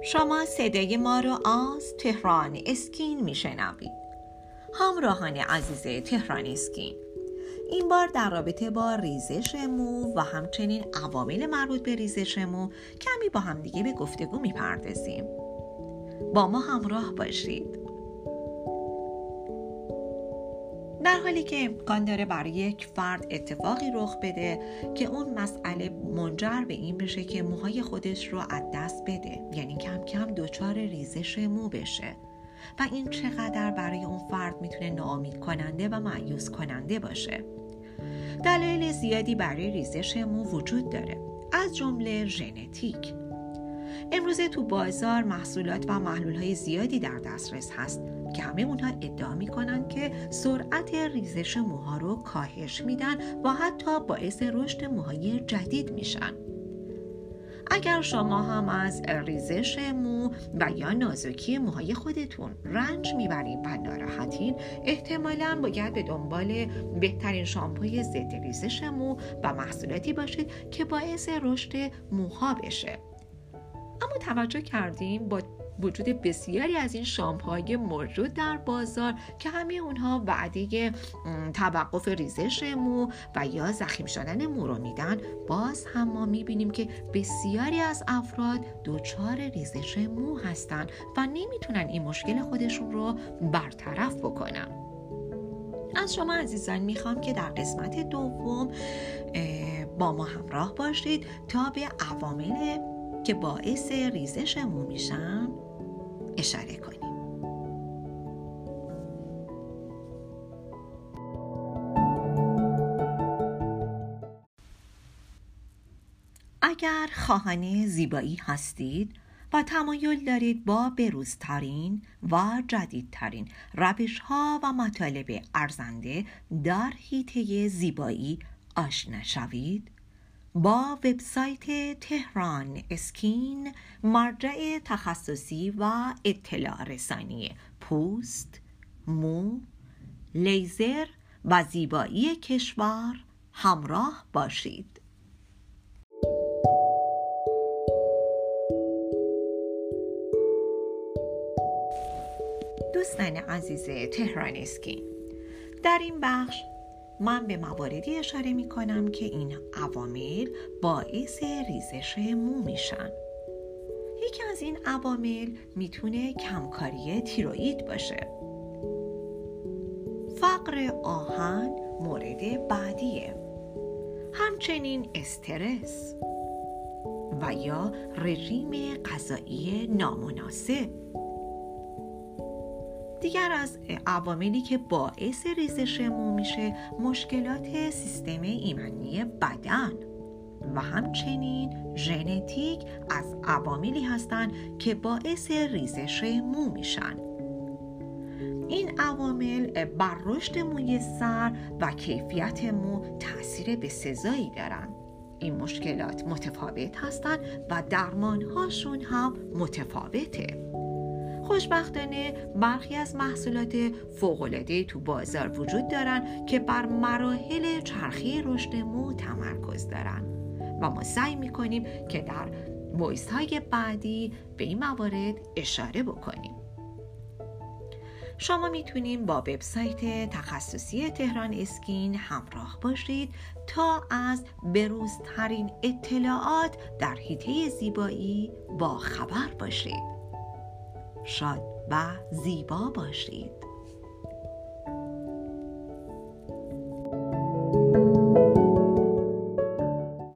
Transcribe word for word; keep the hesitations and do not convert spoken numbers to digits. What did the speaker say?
شما صدای ما رو از تهران اسکین میشنوید. همراهان عزیز تهران اسکین، این بار در رابطه با ریزش مو و همچنین عوامل مربوط به ریزش مو کمی با هم دیگه به گفتگو میپردازیم. با ما همراه باشید. در حالی که امکان داره برای یک فرد اتفاقی رخ بده که اون مسئله منجر به این بشه که موهای خودش رو از دست بده، یعنی کم کم دچار ریزش مو بشه و این چقدر برای اون فرد میتونه ناامید کننده و مایوس کننده باشه. دلایل زیادی برای ریزش مو وجود داره، از جمله ژنتیک. امروزه تو بازار محصولات و محلول‌های زیادی در دسترس هست که همه اونها ادعا میکنن که سرعت ریزش موها رو کاهش میدن و حتی باعث رشد موهای جدید میشن. اگر شما هم از ریزش مو و یا نازکی موهای خودتون رنج میبرین و ناراحتین، احتمالاً باید به دنبال بهترین شامپوی ضد ریزش مو و محصولاتی باشید که باعث رشد موها بشه. اما توجه کردیم با وجود بسیاری از این شامپوهای موجود در بازار که همه اونها وعده توقف ریزش مو و یا ضخیم شدن مو رو میدن، باز هم ما میبینیم که بسیاری از افراد دچار ریزش مو هستن و نمیتونن این مشکل خودشون رو برطرف بکنن. از شما عزیزان میخوام که در قسمت دوم با ما همراه باشید تا به عوامل که باعث ریزش مو میشن اشاره کنیم. اگر خواهان زیبایی هستید و تمایل دارید با بروزترین و جدیدترین روش‌ها و مطالب ارزنده در حیطه زیبایی آشنا شوید، با وبسایت تهران اسکین، مرجع تخصصی و اطلاع رسانی پوست، مو، لیزر و زیبایی کشور همراه باشید. دوستان عزیز تهران اسکین، در این بخش من به مواردی اشاره می کنم که این عوامل باعث ریزش مو میشن. یکی از این عوامل میتونه کمکاری تیروئید باشه. فقر آهن مورد بعدیه. همچنین استرس و یا رژیم غذایی نامناسب. دیگر از عواملی که باعث ریزش مو میشه مشکلات سیستم ایمنی بدن و همچنین ژنتیک از عواملی هستند که باعث ریزش مو میشن. این عوامل بر رشد موی سر و کیفیت مو تأثیر بسزایی دارن. این مشکلات متفاوت هستند و درمانهاشون هم متفاوته. خوشبختانه برخی از محصولات فوق‌العاده تو بازار وجود دارن که بر مراحل چرخی رشد مو تمرکز دارن و ما سعی میکنیم که در وایس‌های بعدی به این موارد اشاره بکنیم. شما میتونید با وبسایت تخصصی تهران اسکین همراه باشید تا از بروزترین اطلاعات در حیطه زیبایی با خبر باشید. شاد و زیبا باشید.